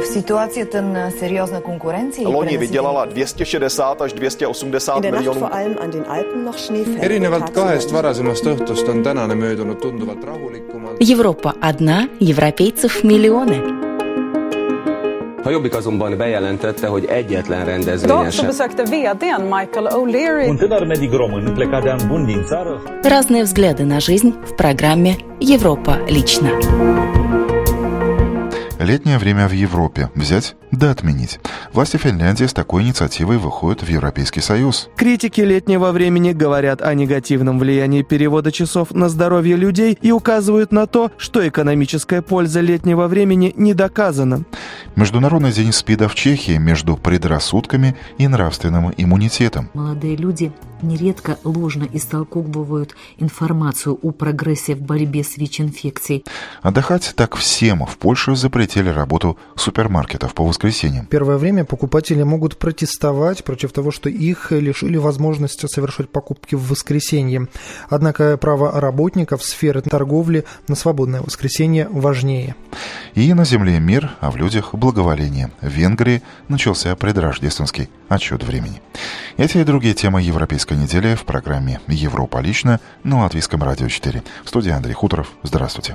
V situacii ten seriózna konkurencija. Loni vydělala 260 až 280 miljonů. Erinevalt kahest varasemast õhtust on tänane möödunud tunduvalt rahulikumalt. Европа одна, европейцев миллионы. A Jobbik azonban bejelentette, hogy egyetlen rendezvényesen. Разные взгляды на жизнь в программе «Европа лично». Летнее время в Европе взять да отменить. Власти Финляндии с такой инициативой выходят в Европейский Союз. Критики летнего времени говорят о негативном влиянии перевода часов на здоровье людей и указывают на то, что экономическая польза летнего времени не доказана. Международный день СПИДа в Чехии между предрассудками и нравственным иммунитетом. Молодые люди нередко ложно истолковывают информацию о прогрессе в борьбе с ВИЧ-инфекцией. Отдыхать так всем. В Польше запретили работу супермаркетов по воскресеньям. Первое время покупатели могут протестовать против того, что их лишили возможности совершать покупки в воскресенье. Однако право работников сферы торговли на свободное воскресенье важнее. И на земле мир, а в людях благоволение. В Венгрии начался предрождественский отсчет времени. Эти и другие темы Европейской недели в программе «Европа лично» на Латвийском радио 4. В студии Андрей Хуторов. Здравствуйте.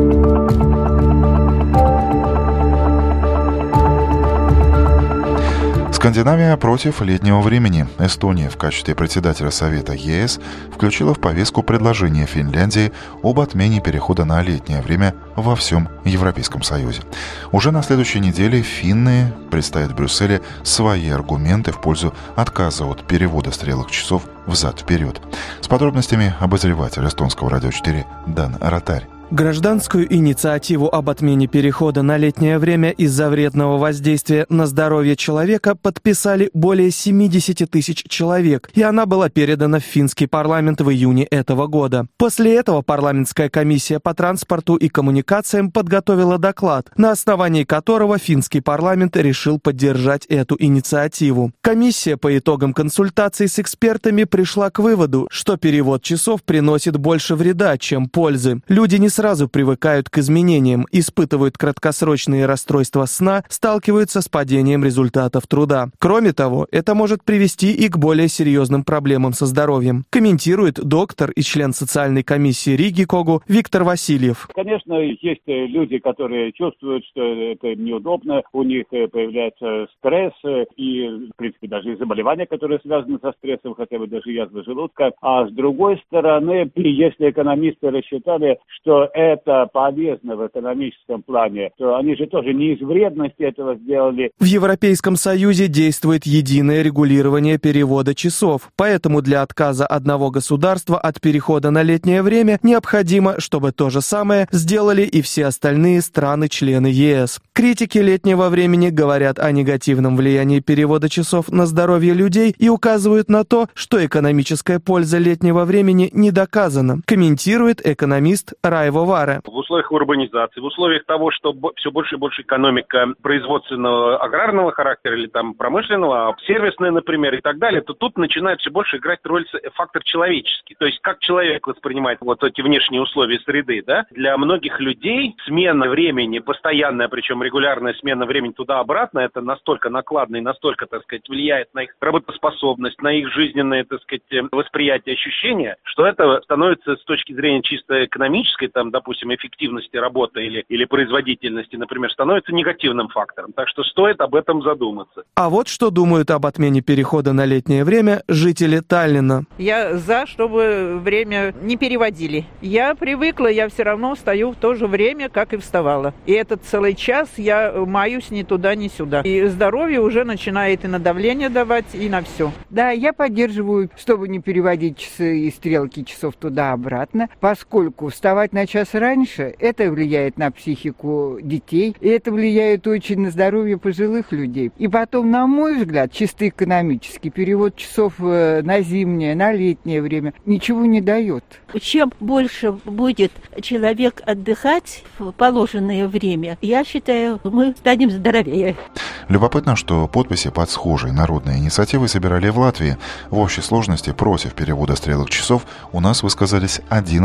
Скандинавия против летнего времени. Эстония в качестве председателя Совета ЕС включила в повестку предложение Финляндии об отмене перехода на летнее время во всем Европейском Союзе. Уже на следующей неделе финны представят в Брюсселе свои аргументы в пользу отказа от перевода стрелок часов взад-вперед. С подробностями обозреватель эстонского радио 4 Дан Ротарь. Гражданскую инициативу об отмене перехода на летнее время из-за вредного воздействия на здоровье человека подписали более 70 тысяч человек, и она была передана в финский парламент в июне этого года. После этого парламентская комиссия по транспорту и коммуникациям подготовила доклад, на основании которого финский парламент решил поддержать эту инициативу. Комиссия по итогам консультаций с экспертами пришла к выводу, что перевод часов приносит больше вреда, чем пользы. Люди не сразу привыкают к изменениям, испытывают краткосрочные расстройства сна, сталкиваются с падением результатов труда. Кроме того, это может привести и к более серьезным проблемам со здоровьем, комментирует доктор и член социальной комиссии Риги КОГУ Виктор Васильев. Конечно, есть люди, которые чувствуют, что это неудобно, у них появляется стресс и, в принципе, даже и заболевания, которые связаны со стрессом, хотя бы даже язва желудка. А с другой стороны, если экономисты рассчитали, что это полезно в экономическом плане, то они же тоже не из вредности этого сделали. В Европейском Союзе действует единое регулирование перевода часов, поэтому для отказа одного государства от перехода на летнее время необходимо, чтобы то же самое сделали и все остальные страны-члены ЕС. Критики летнего времени говорят о негативном влиянии перевода часов на здоровье людей и указывают на то, что экономическая польза летнего времени не доказана, комментирует экономист Райво Варе. В условиях урбанизации, в условиях того, что все больше и больше экономика производственного аграрного характера или там промышленного, сервисная, например, и так далее, то тут начинает все больше играть роль фактор человеческий. То есть как человек воспринимает вот эти внешние условия среды, да? Для многих людей смена времени, постоянная, причем регулярная смена времени туда-обратно, это настолько накладно и настолько, так сказать, влияет на их работоспособность, на их жизненное, так сказать, восприятие, ощущения, что это становится с точки зрения чисто экономической, там, допустим, эффективности работы или производительности, например, становится негативным фактором. Так что стоит об этом задуматься. А вот что думают об отмене перехода на летнее время жители Таллина. Я за, чтобы время не переводили. Я привыкла, я все равно встаю в то же время, как и вставала. И этот целый час я маюсь ни туда, ни сюда. И здоровье уже начинает и на давление давать, и на все. Да, я поддерживаю, чтобы не переводить часы и стрелки часов туда-обратно, поскольку вставать на час раньше, это влияет на психику детей, и это влияет очень на здоровье пожилых людей. И потом, на мой взгляд, чисто экономически перевод часов на зимнее, на летнее время ничего не дает. Чем больше будет человек отдыхать в положенное время, я считаю, мы станем здоровее. Любопытно, что подписи под схожей народной инициативой собирали в Латвии. В общей сложности против перевода стрелок часов у нас высказались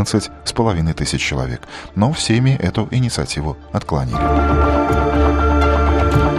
11,5 тысяч человек. Но всеми эту инициативу отклонили.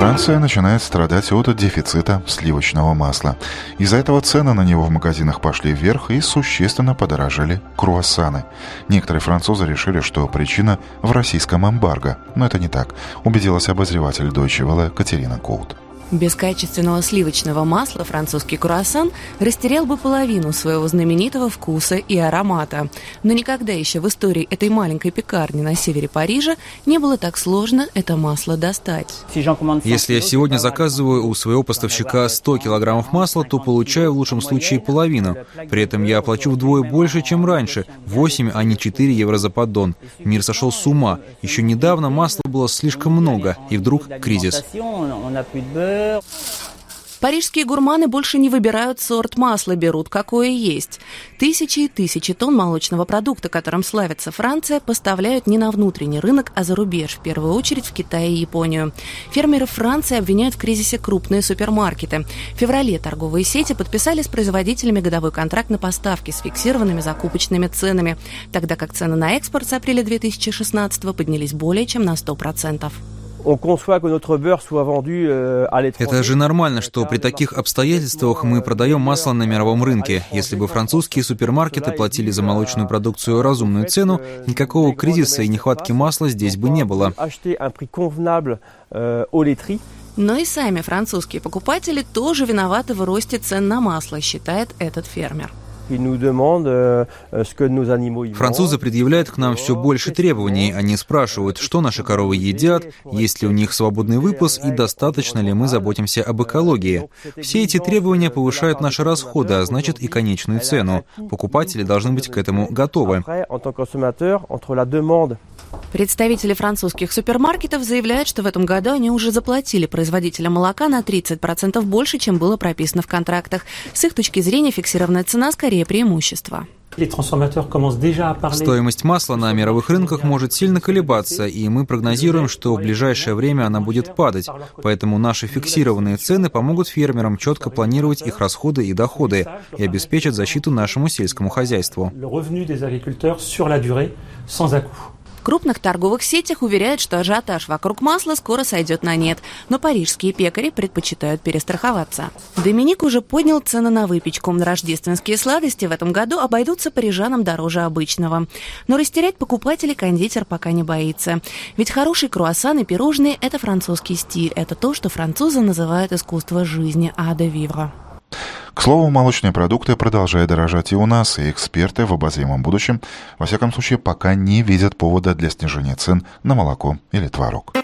Франция начинает страдать от дефицита сливочного масла. Из-за этого цены на него в магазинах пошли вверх и существенно подорожали круассаны. Некоторые французы решили, что причина в российском эмбарго. Но это не так, убедилась обозреватель Deutsche Welle Катерина Коут. Без качественного сливочного масла французский круассан растерял бы половину своего знаменитого вкуса и аромата. Но никогда еще в истории этой маленькой пекарни на севере Парижа не было так сложно это масло достать. Если я сегодня заказываю у своего поставщика 100 килограммов масла, то получаю в лучшем случае половину. При этом я оплачу вдвое больше, чем раньше – 8, а не 4 евро за поддон. Мир сошел с ума. Еще недавно масла было слишком много, и вдруг кризис. Парижские гурманы больше не выбирают сорт масла, берут какое есть. Тысячи и тысячи тонн молочного продукта, которым славится Франция, поставляют не на внутренний рынок, а за рубеж, в первую очередь в Китай и Японию. Фермеры Франции обвиняют в кризисе крупные супермаркеты. В феврале торговые сети подписали с производителями годовой контракт на поставки с фиксированными закупочными ценами, тогда как цены на экспорт с апреля 2016 поднялись более чем на 100%. Это же нормально, что при таких обстоятельствах мы продаем масло на мировом рынке. Если бы французские супермаркеты платили за молочную продукцию разумную цену, никакого кризиса и нехватки масла здесь бы не было. Но и сами французские покупатели тоже виноваты в росте цен на масло, считает этот фермер. Французы предъявляют к нам все больше требований. Они спрашивают, что наши коровы едят, есть ли у них свободный выпас и достаточно ли мы заботимся об экологии. Все эти требования повышают наши расходы, а значит и конечную цену. Покупатели должны быть к этому готовы. Представители французских супермаркетов заявляют, что в этом году они уже заплатили производителям молока на 30% больше, чем было прописано в контрактах. С их точки зрения фиксированная цена скорее преимущество. Стоимость масла на мировых рынках может сильно колебаться, и мы прогнозируем, что в ближайшее время она будет падать. Поэтому наши фиксированные цены помогут фермерам четко планировать их расходы и доходы и обеспечат защиту нашему сельскому хозяйству. В крупных торговых сетях уверяют, что ажиотаж вокруг масла скоро сойдет на нет, но парижские пекари предпочитают перестраховаться. Доминик уже поднял цены на выпечку. Рождественские сладости в этом году обойдутся парижанам дороже обычного. Но растерять покупателей кондитер пока не боится. Ведь хороший круассан и пирожные – это французский стиль. Это то, что французы называют искусство жизни «art de vivre». К слову, молочные продукты продолжают дорожать и у нас, и эксперты в обозримом будущем, во всяком случае, пока не видят повода для снижения цен на молоко или творог.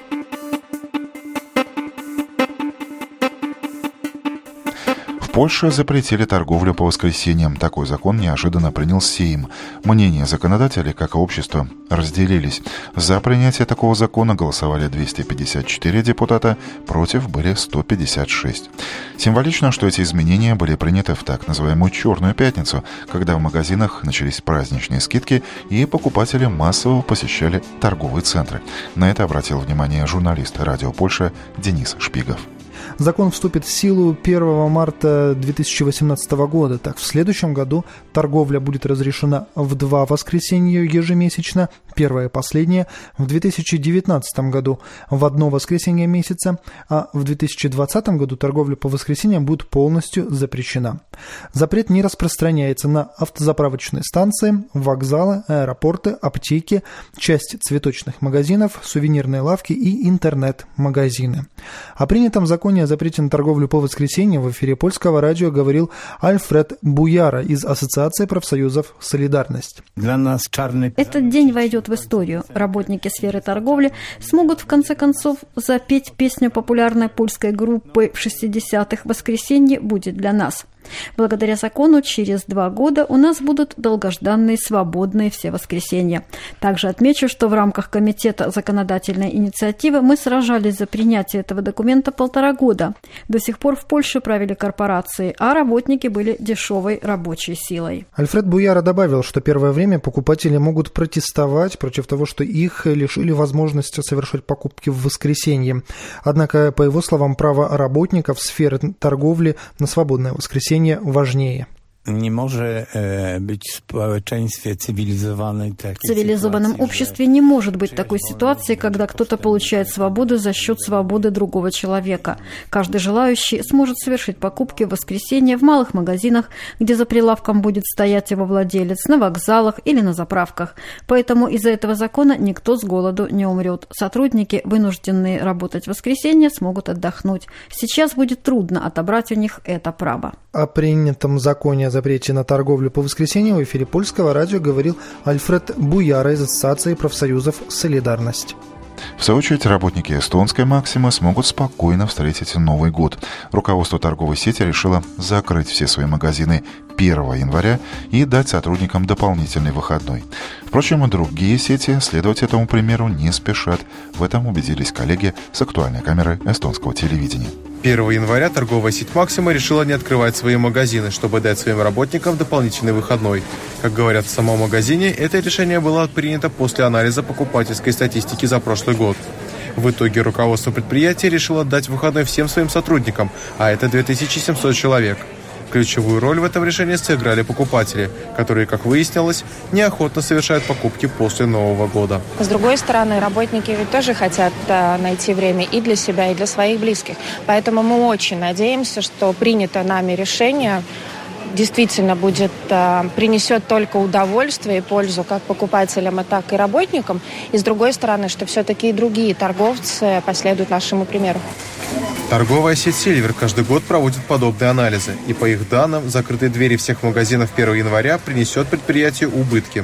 В Польше запретили торговлю по воскресеньям. Такой закон неожиданно принял Сейм. Мнения законодателей, как и общества, разделились. За принятие такого закона голосовали 254 депутата, против были 156. Символично, что эти изменения были приняты в так называемую «Черную пятницу», когда в магазинах начались праздничные скидки и покупатели массово посещали торговые центры. На это обратил внимание журналист «Радио Польша» Денис Шпигов. Закон вступит в силу 1 марта 2018 года. Так, в следующем году торговля будет разрешена в 2 воскресенья ежемесячно, первое и последнее, в 2019 году в 1 воскресенье месяца, а в 2020 году торговля по воскресеньям будет полностью запрещена. Запрет не распространяется на автозаправочные станции, вокзалы, аэропорты, аптеки, часть цветочных магазинов, сувенирные лавки и интернет-магазины. О принятом законе о запрете на торговлю по воскресеньям в эфире польского радио говорил Альфред Буяра из Ассоциации профсоюзов «Солидарность». Этот день войдет в историю. Работники сферы торговли смогут в конце концов запеть песню популярной польской группы в 60-х «Воскресенье будет для нас». Благодаря закону через 2 года у нас будут долгожданные свободные все воскресенья. Также отмечу, что в рамках Комитета законодательной инициативы мы сражались за принятие этого документа 1,5 года. До сих пор в Польше правили корпорации, а работники были дешевой рабочей силой. Альфред Буяра добавил, что первое время покупатели могут протестовать против того, что их лишили возможности совершать покупки в воскресенье. Однако, по его словам, право работников сферы торговли на свободное воскресенье важнее. не может быть в цивилизованном обществе не может быть такой ситуации, когда кто-то получает свободу за счет свободы другого человека. Каждый желающий сможет совершить покупки в воскресенье в малых магазинах, где за прилавком будет стоять его владелец, на вокзалах или на заправках. Поэтому из-за этого закона никто с голоду не умрет. Сотрудники, вынужденные работать в воскресенье, смогут отдохнуть. Сейчас будет трудно отобрать у них это право. О принятом законе о запрете на торговлю по воскресеньям в эфире Польского радио говорил Альфред Буяра из Ассоциации профсоюзов «Солидарность». В свою очередь, работники эстонской «Максимы» смогут спокойно встретить Новый год. Руководство торговой сети решило закрыть все свои магазины 1 января и дать сотрудникам дополнительный выходной. Впрочем, и другие сети следовать этому примеру не спешат. В этом убедились коллеги с актуальной камеры эстонского телевидения. 1 января торговая сеть «Максима» решила не открывать свои магазины, чтобы дать своим работникам дополнительный выходной. Как говорят в самом магазине, это решение было принято после анализа покупательской статистики за прошлый год. В итоге руководство предприятия решило дать выходной всем своим сотрудникам, а это 2700 человек. Ключевую роль в этом решении сыграли покупатели, которые, как выяснилось, неохотно совершают покупки после Нового года. С другой стороны, работники ведь тоже хотят найти время и для себя, и для своих близких. Поэтому мы очень надеемся, что принятое нами решение действительно принесет только удовольствие и пользу как покупателям, так и работникам. И с другой стороны, что все-таки и другие торговцы последуют нашему примеру. Торговая сеть «Сильвер» каждый год проводит подобные анализы. И по их данным, закрытые двери всех магазинов 1 января принесет предприятию убытки.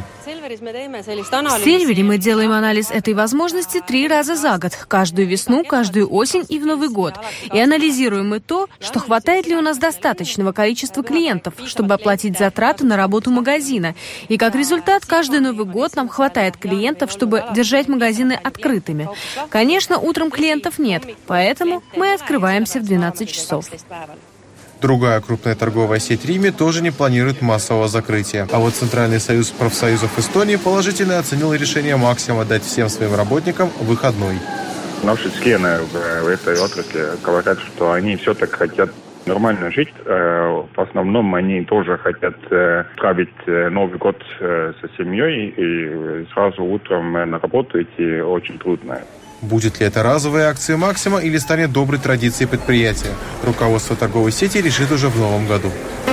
В «Сильвере» мы делаем анализ этой возможности 3 раза за год. Каждую весну, каждую осень и в Новый год. И анализируем мы то, что хватает ли у нас достаточного количества клиентов, чтобы оплатить затраты на работу магазина. И как результат, каждый Новый год нам хватает клиентов, чтобы держать магазины открытыми. Конечно, утром клиентов нет, поэтому мы открываемся в 12 часов. Другая крупная торговая сеть «Риме» тоже не планирует массового закрытия. А вот Центральный союз профсоюзов Эстонии положительно оценил решение «Максима» дать всем своим работникам выходной. Наши члены в этой отрасли говорят, что они все-таки хотят нормально жить. В основном они тоже хотят справить Новый год со семьей и сразу утром на работу идти очень трудно. Будет ли это разовая акция «Максима» или станет доброй традицией предприятия? Руководство торговой сети решит уже в новом году.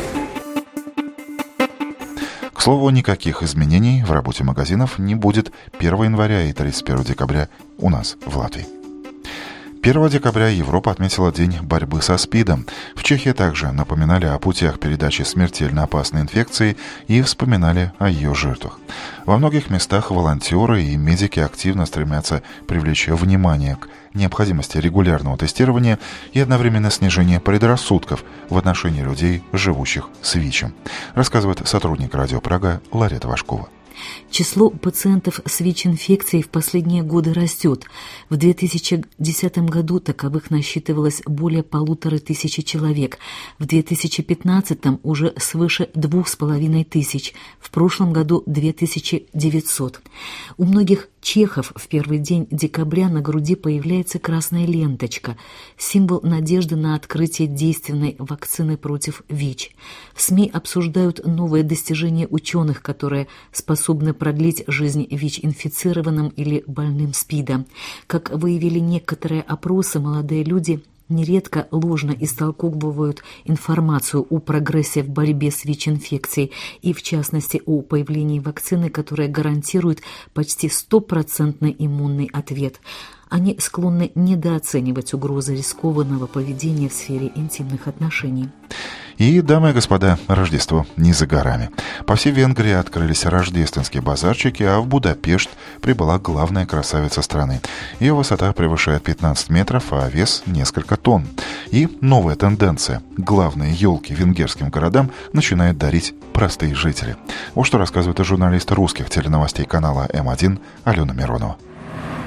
К слову, никаких изменений в работе магазинов не будет 1 января и 31 декабря у нас в Латвии. 1 декабря Европа отметила День борьбы со СПИДом. В Чехии также напоминали о путях передачи смертельно опасной инфекции и вспоминали о ее жертвах. Во многих местах волонтеры и медики активно стремятся привлечь внимание к необходимости регулярного тестирования и одновременно снижения предрассудков в отношении людей, живущих с ВИЧем, рассказывает сотрудник Радио Прага Ларета Вашкова. Число пациентов с ВИЧ-инфекцией в последние годы растет. В 2010 году таковых насчитывалось более 1500 человек. В 2015 уже свыше 2500. В прошлом году 2900. У многих чехов в первый день декабря на груди появляется красная ленточка, символ надежды на открытие действенной вакцины против ВИЧ. В СМИ обсуждают новые достижения ученых, которые способны продлить жизнь ВИЧ-инфицированным или больным СПИДом. Как выявили некоторые опросы, молодые люди нередко ложно истолковывают информацию о прогрессе в борьбе с ВИЧ-инфекцией и, в частности, о появлении вакцины, которая гарантирует почти 100% иммунный ответ. Они склонны недооценивать угрозы рискованного поведения в сфере интимных отношений. И, дамы и господа, Рождество не за горами. По всей Венгрии открылись рождественские базарчики, а в Будапешт прибыла главная красавица страны. Ее высота превышает 15 метров, а вес несколько тонн. И новая тенденция. Главные елки венгерским городам начинают дарить простые жители. Вот что рассказывает журналист русских теленовостей канала М1 Алена Миронова.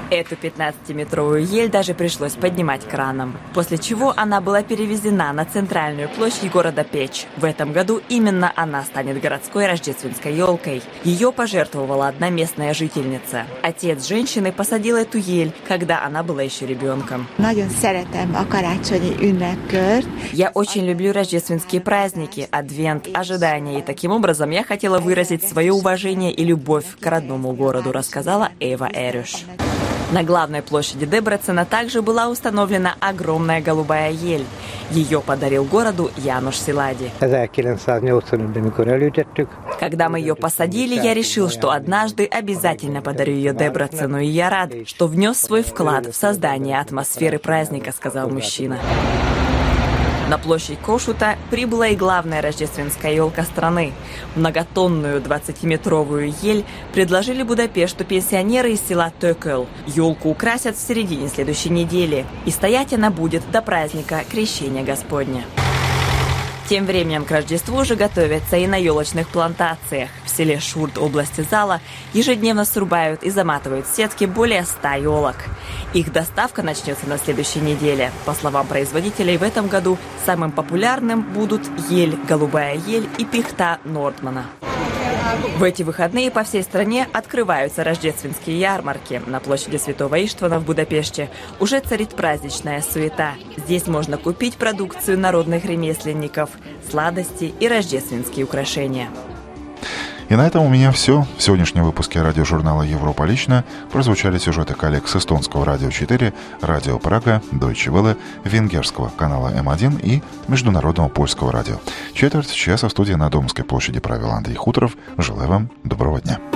Эту 15-метровую ель даже пришлось поднимать краном, после чего она была перевезена на центральную площадь города Печь. В этом году именно она станет городской рождественской елкой. Ее пожертвовала одна местная жительница. Отец женщины посадил эту ель, когда она была еще ребенком. Я очень люблю рождественские праздники, адвент, ожидания, и таким образом я хотела выразить свое уважение и любовь к родному городу, рассказала Эва Эрюш. На главной площади Дебрецена также была установлена огромная голубая ель. Ее подарил городу Януш Силади. Когда мы ее посадили, я решил, что однажды обязательно подарю ее Дебрецену, и я рад, что внес свой вклад в создание атмосферы праздника, сказал мужчина. На площадь Кошута прибыла и главная рождественская елка страны. Многотонную 20-метровую ель предложили Будапешту пенсионеры из села Tököl. Елку украсят в середине следующей недели, и стоять она будет до праздника Крещения Господня. Тем временем к Рождеству уже готовятся и на елочных плантациях. В селе Шурт области Зала ежедневно срубают и заматывают в сетки более 100 елок. Их доставка начнется на следующей неделе. По словам производителей, в этом году самым популярным будут ель, голубая ель и пихта Нордмана. В эти выходные по всей стране открываются рождественские ярмарки. На площади Святого Иштвана в Будапеште уже царит праздничная суета. Здесь можно купить продукцию народных ремесленников, сладости и рождественские украшения. И на этом у меня все. В сегодняшнем выпуске радиожурнала «Европа лично» прозвучали сюжеты коллег с эстонского радио 4, радио Прага, Deutsche Welle, венгерского канала М1 и международного польского радио. Четверть часа в студии на Домской площади правил Андрей Хуторов. Желаю вам доброго дня.